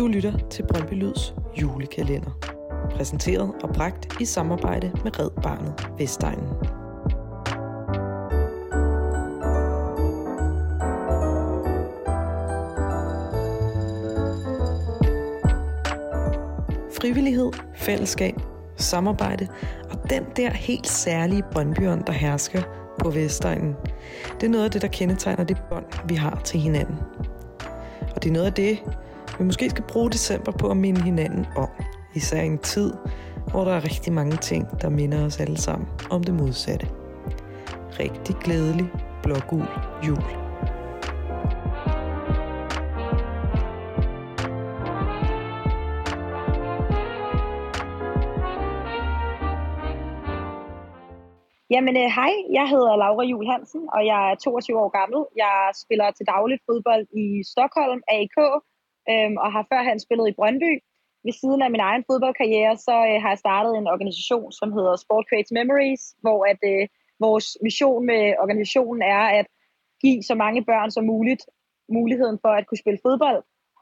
Du lytter til Brøndby Lyds julekalender. Præsenteret og bragt i samarbejde med Red Barnet Vestegnen. Frivillighed, fællesskab, samarbejde og den der helt særlige Brøndbyånd, der hersker på Vestegnen. Det er noget af det, der kendetegner det bånd, vi har til hinanden. Og det er noget af det, vi måske skal bruge december på at minde hinanden om. Især i en tid, hvor der er rigtig mange ting, der minder os alle sammen om det modsatte. Rigtig glædelig blågul jul. Jamen hej, jeg hedder Laura Juhl Hansen, og jeg er 22 år gammel. Jeg spiller til dagligt fodbold i Stockholm, AIK, og har førhen spillet i Brøndby. Ved siden af min egen fodboldkarriere, så har jeg startet en organisation, som hedder Sport Creates Memories, hvor vores mission med organisationen er at give så mange børn som muligt muligheden for at kunne spille fodbold.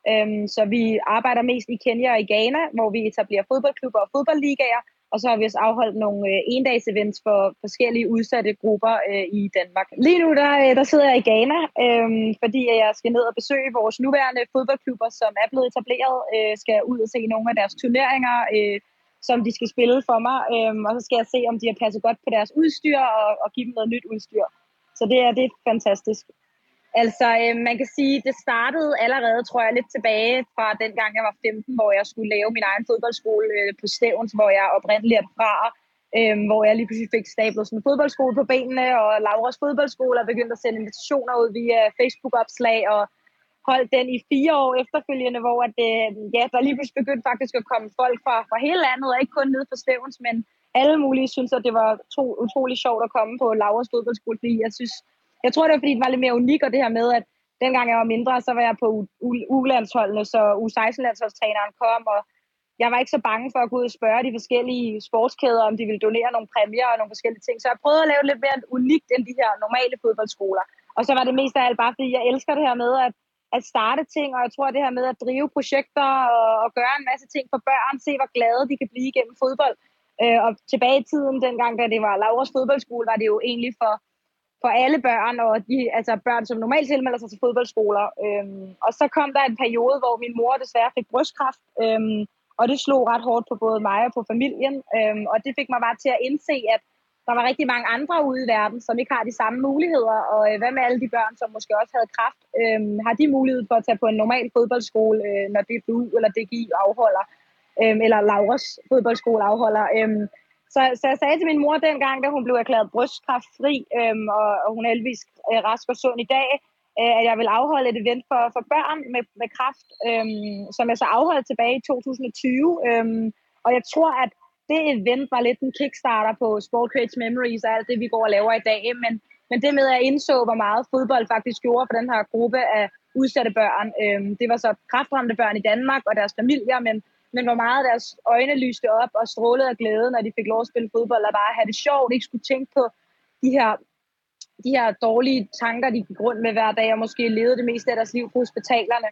Så vi arbejder mest i Kenya og i Ghana, hvor vi etablerer fodboldklubber og fodboldligaer, og så har vi også afholdt nogle endags-events for forskellige udsatte grupper i Danmark. Lige nu der sidder jeg i Ghana, fordi jeg skal ned og besøge vores nuværende fodboldklubber, som er blevet etableret. Skal ud og se nogle af deres turneringer, som de skal spille for mig. Og så skal jeg se, om de har passet godt på deres udstyr og give dem noget nyt udstyr. Så det er fantastisk. Altså, man kan sige, det startede allerede, tror jeg, lidt tilbage fra den gang, jeg var 15, hvor jeg skulle lave min egen fodboldskole på Stevns, hvor jeg oprindeligt er fra, hvor jeg lige pludselig fik stablet sådan en fodboldskole på benene, og Lauras fodboldskole og begyndte at sende invitationer ud via Facebook-opslag, og holdt den i 4 år efterfølgende, hvor der lige pludselig begyndte faktisk at komme folk fra hele landet, og ikke kun nede fra Stevns, men alle mulige synes, at det var utrolig sjovt at komme på Lauras fodboldskole, fordi jeg tror, det var, fordi det var lidt mere unik, og det her med, at dengang jeg var mindre, så var jeg på U-landsholdene, så U16-landsholdstræneren kom, og jeg var ikke så bange for at gå ud og spørge de forskellige sportskæder, om de ville donere nogle præmier og nogle forskellige ting. Så jeg prøvede at lave lidt mere unikt end de her normale fodboldskoler. Og så var det mest af alt bare, fordi jeg elsker det her med at starte ting, og jeg tror, det her med at drive projekter og gøre en masse ting for børn, se hvor glade de kan blive gennem fodbold. Og tilbage i tiden, dengang, da det var Lauras fodboldskole, var det jo egentlig for alle børn, og børn, som normalt tilmelder sig til fodboldskoler. Og så kom der en periode, hvor min mor desværre fik brystkræft, og det slog ret hårdt på både mig og på familien. Og det fik mig bare til at indse, at der var rigtig mange andre ude i verden, som ikke har de samme muligheder. Og hvad med alle de børn, som måske også havde kræft? Har de mulighed for at tage på en normal fodboldskole, når DBU eller DGI afholder, eller Lauras fodboldskole afholder? Så jeg sagde til min mor dengang, da hun blev erklæret brystkræftfri, og hun er heldigvis rask og sund i dag, at jeg vil afholde et event for børn med kræft, som jeg så afholdt tilbage i 2020. Og jeg tror, at det event var lidt en kickstarter på Sport Creates Memories og alt det, vi går og laver i dag. Men det med, at jeg indså, hvor meget fodbold faktisk gjorde for den her gruppe af udsatte børn. Det var så kræftramte børn i Danmark og deres familier, men hvor meget deres øjne lyste op og strålede af glæde, når de fik lov at spille fodbold, og bare have det sjovt, ikke skulle tænke på de her dårlige tanker, de gik rundt med hver dag, og måske levede det meste af deres liv på hospitalerne.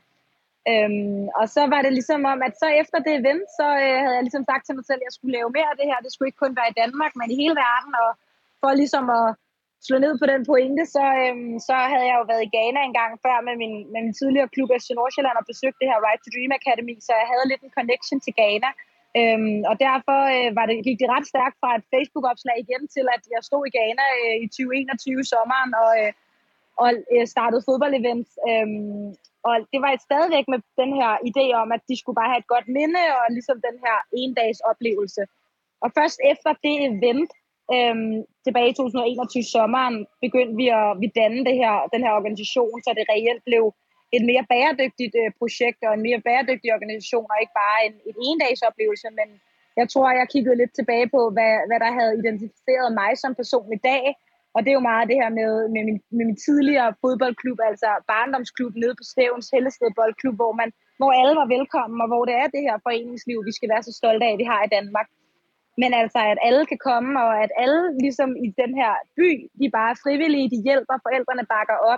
Og så var det ligesom om, at så efter det event, så havde jeg ligesom sagt til mig selv, at jeg skulle lave mere af det her. Det skulle ikke kun være i Danmark, men i hele verden, og for ligesom at slå ned på den pointe, så havde jeg jo været i Ghana en gang før med min tidligere klub FC Nordsjælland og besøgt det her Right to Dream Academy, så jeg havde lidt en connection til Ghana. Og derfor gik det ret stærkt fra et Facebook-opslag igen til, at jeg stod i Ghana i 2021 sommeren og startede fodboldevents. Og det var stadigvæk med den her idé om, at de skulle bare have et godt minde og ligesom den her endags oplevelse. Og først efter det event, tilbage i 2021 sommeren, begyndte vi danne den her organisation, så det reelt blev et mere bæredygtigt projekt og en mere bæredygtig organisation, og ikke bare en endagsoplevelse, men jeg tror, jeg kiggede lidt tilbage på, hvad der havde identificeret mig som person i dag, og det er jo meget det her med min tidligere fodboldklub, altså barndomsklub nede på Stevns Hellested Boldklub, hvor alle var velkommen, og hvor det er det her foreningsliv, vi skal være så stolte af, at vi har i Danmark. Men altså, at alle kan komme, og at alle ligesom i den her by, de bare er frivillige, de hjælper, forældrene bakker op.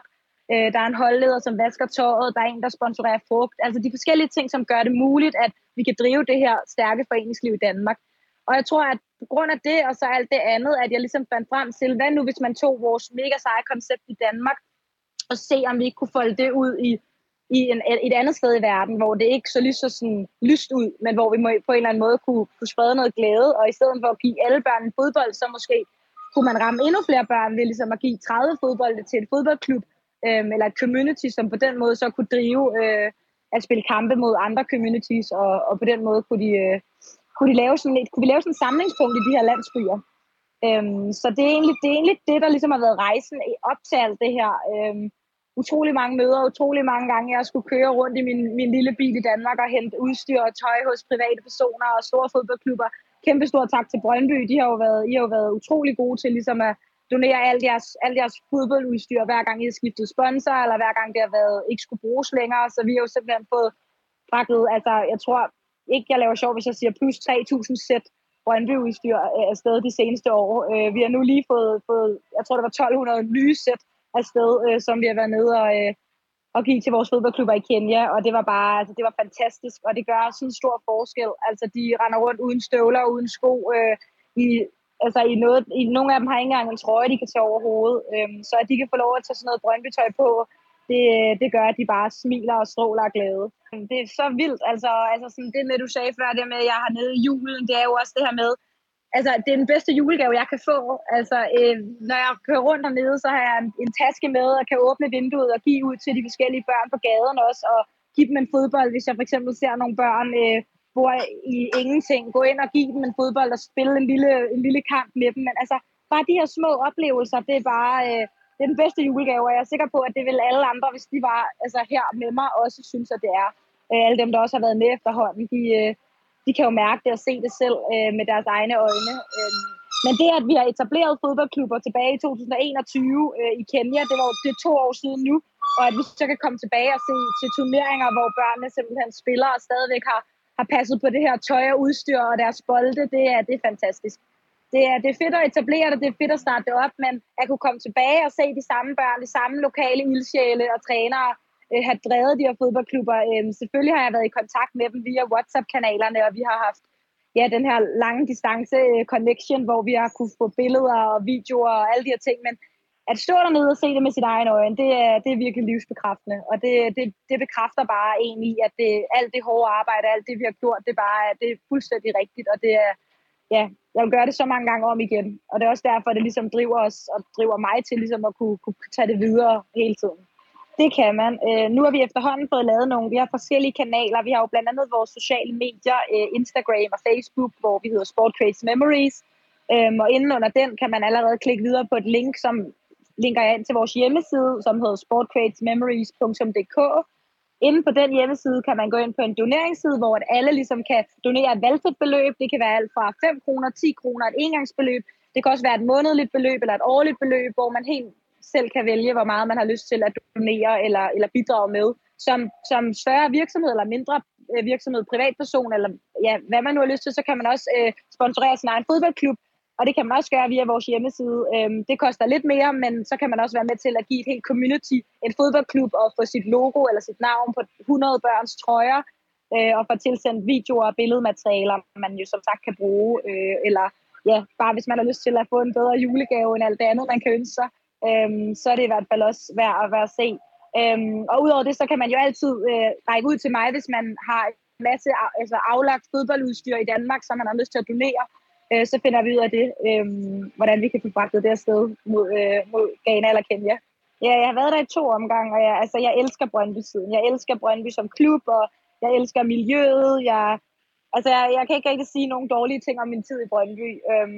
Der er en holdleder, som vasker tøjet. Der er en, der sponsorerer frugt. Altså de forskellige ting, som gør det muligt, at vi kan drive det her stærke foreningsliv i Danmark. Og jeg tror, at på grund af det, og så alt det andet, at jeg ligesom fandt frem til, hvad nu hvis man tog vores mega seje koncept i Danmark, og se om vi ikke kunne folde det ud i et andet sted i verden, hvor det ikke så lige så sådan lyst ud, men hvor vi på en eller anden måde kunne sprede noget glæde, og i stedet for at give alle børn en fodbold, så måske kunne man ramme endnu flere børn ved ligesom at give 30 fodbolde til et fodboldklub, eller et community, som på den måde så kunne drive at spille kampe mod andre communities, og på den måde kunne vi lave sådan et samlingspunkt i de her landsbyer. Så det er egentlig det, der ligesom har været rejsen op til alt det her. Utrolig mange møder, utrolig mange gange, jeg skulle køre rundt i min lille bil i Danmark og hente udstyr og tøj hos private personer og store fodboldklubber. Kæmpe stor tak til Brøndby. I har jo været utrolig gode til ligesom at donere alt jeres fodboldudstyr, hver gang I har skiftet sponsor, eller hver gang det har været ikke skulle bruges længere. Så vi har jo simpelthen fået fragtet, altså jeg tror ikke, jeg laver sjov, hvis jeg siger plus 3.000 sæt Brøndby-udstyr afsted de seneste år. Vi har nu lige fået, jeg tror det var 1.200 nye sæt afsted, som vi har været nede og give til vores fodboldklubber i Kenya, og det var bare, altså det var fantastisk, og det gør sådan en stor forskel. Altså de render rundt uden støvler, uden sko, nogle af dem har ikke engang en trøje, de kan tage over hovedet, så at de kan få lov at tage sådan noget Brøndby-tøj på, det gør, at de bare smiler og stråler af glæde. Det er så vildt, altså sådan det med, du sagde før, det med, at jeg har nede i julen, det er jo også det her med, altså, det er den bedste julegave, jeg kan få. Altså, når jeg kører rundt dernede, så har jeg en taske med, og kan åbne vinduet og give ud til de forskellige børn på gaden også, og give dem en fodbold, hvis jeg for eksempel ser nogle børn bor i ingenting. Gå ind og give dem en fodbold og spille en lille kamp med dem. Men altså, bare de her små oplevelser, det er bare det er den bedste julegave, og jeg er sikker på, at det vil alle andre, hvis de var altså, her med mig, også synes, at det er. Alle dem, der også har været med efterhånden, de kan jo mærke det og se det selv med deres egne øjne. Men det, at vi har etableret fodboldklubber tilbage i 2021 i Kenya, det er 2 år siden nu, og at vi så kan komme tilbage og se til turneringer, hvor børnene simpelthen spiller og stadigvæk har passet på det her tøj og udstyr og deres bolde, det er fantastisk. Det er fedt at etablere det, det er fedt at starte det op, men at kunne komme tilbage og se de samme børn, de samme lokale ildsjæle og trænere, have drevet de her fodboldklubber. Selvfølgelig har jeg været i kontakt med dem via WhatsApp-kanalerne, og vi har haft den her lange distance connection, hvor vi har kunne få billeder og videoer og alle de her ting, men at stå dernede og se det med sit egen øjne, det er virkelig livsbekræftende, og det bekræfter bare en i, at alt det hårde arbejde, alt det vi har gjort, det er fuldstændig rigtigt, og det er, jeg vil gøre det så mange gange om igen, og det er også derfor, det ligesom driver os og driver mig til ligesom at kunne tage det videre hele tiden. Det kan man. Nu har vi efterhånden fået lavet nogle, vi har forskellige kanaler. Vi har jo blandt andet vores sociale medier, Instagram og Facebook, hvor vi hedder Sport Creates Memories. Og inden under den kan man allerede klikke videre på et link, som linker ind til vores hjemmeside, som hedder sportcreatesmemories.dk. Inden på den hjemmeside kan man gå ind på en doneringsside, hvor alle ligesom kan donere et valgfrit beløb. Det kan være alt fra 5 kroner, 10 kroner, et engangsbeløb. Det kan også være et månedligt beløb eller et årligt beløb, hvor man helt selv kan vælge, hvor meget man har lyst til at donere eller bidrage med. Som større virksomhed eller mindre virksomhed, privatperson, eller hvad man nu har lyst til, så kan man også sponsorere sin egen fodboldklub, og det kan man også gøre via vores hjemmeside. Det koster lidt mere, men så kan man også være med til at give et helt community, en fodboldklub, og få sit logo eller sit navn på 100 børns trøjer, og få tilsendt videoer og billedmaterialer, man jo som sagt kan bruge, eller bare hvis man har lyst til at få en bedre julegave end alt det andet, man kan ønske sig, så er det i hvert fald også værd at se. Og udover det, så kan man jo altid række ud til mig, hvis man har en masse aflagt fodboldudstyr i Danmark, som man har lyst til at donere. Så finder vi ud af det, hvordan vi kan få bragt det afsted mod Ghana eller Kenya. Ja, jeg har været der i 2 omgange, og jeg elsker Brøndby-siden. Jeg elsker Brøndby som klub, og jeg elsker miljøet. Jeg kan ikke rigtig sige nogle dårlige ting om min tid i Brøndby.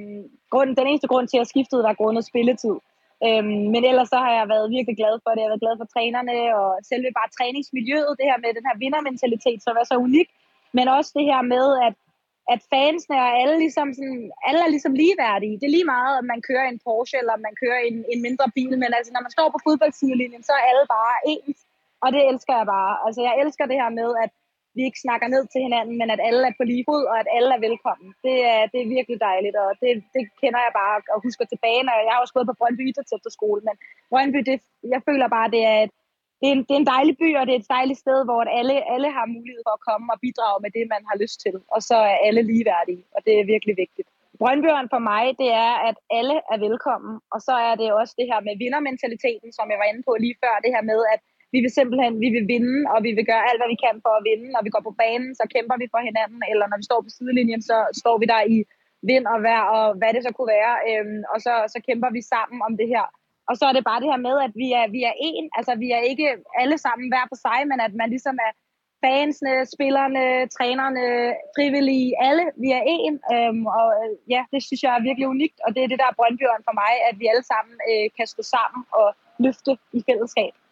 Den eneste grund til, at jeg skiftede, var grundet spilletid. Men ellers så har jeg været virkelig glad for det. Jeg har været glad for trænerne og selve bare træningsmiljøet, det her med den her vindermentalitet, som er så unik, men også det her med, at fansene og alle er ligesom ligeværdige. Det er lige meget, om man kører en Porsche eller om man kører en mindre bil, men altså når man står på fodboldsidelinjen, så er alle bare ens, og det elsker jeg bare. Altså jeg elsker det her med, at vi ikke snakker ned til hinanden, men at alle er på lige fod, og at alle er velkommen. Det er virkelig dejligt, og det kender jeg bare og husker tilbage, når jeg har også gået på Brøndby Idrætsefterskole, men Brøndby, jeg føler bare, det er det er en dejlig by, og det er et dejligt sted, hvor alle har mulighed for at komme og bidrage med det, man har lyst til. Og så er alle ligeværdige, og det er virkelig vigtigt. Brøndbyeren for mig, det er, at alle er velkommen. Og så er det også det her med vindermentaliteten, som jeg var inde på lige før. Det her med, at vi vil vinde, og vi vil gøre alt, hvad vi kan for at vinde. Når vi går på banen, så kæmper vi for hinanden. Eller når vi står på sidelinjen, så står vi der i vind og vejr, og hvad det så kunne være. Og så kæmper vi sammen om det her. Og så er det bare det her med, at vi er én. Altså, vi er ikke alle sammen hver for sig, men at man ligesom er fansene, spillerne, trænerne, frivillige, alle. Vi er én. Ja, det synes jeg er virkelig unikt. Og det er det, der er Brøndbyeren for mig, at vi alle sammen kan stå sammen og løfte i fællesskab.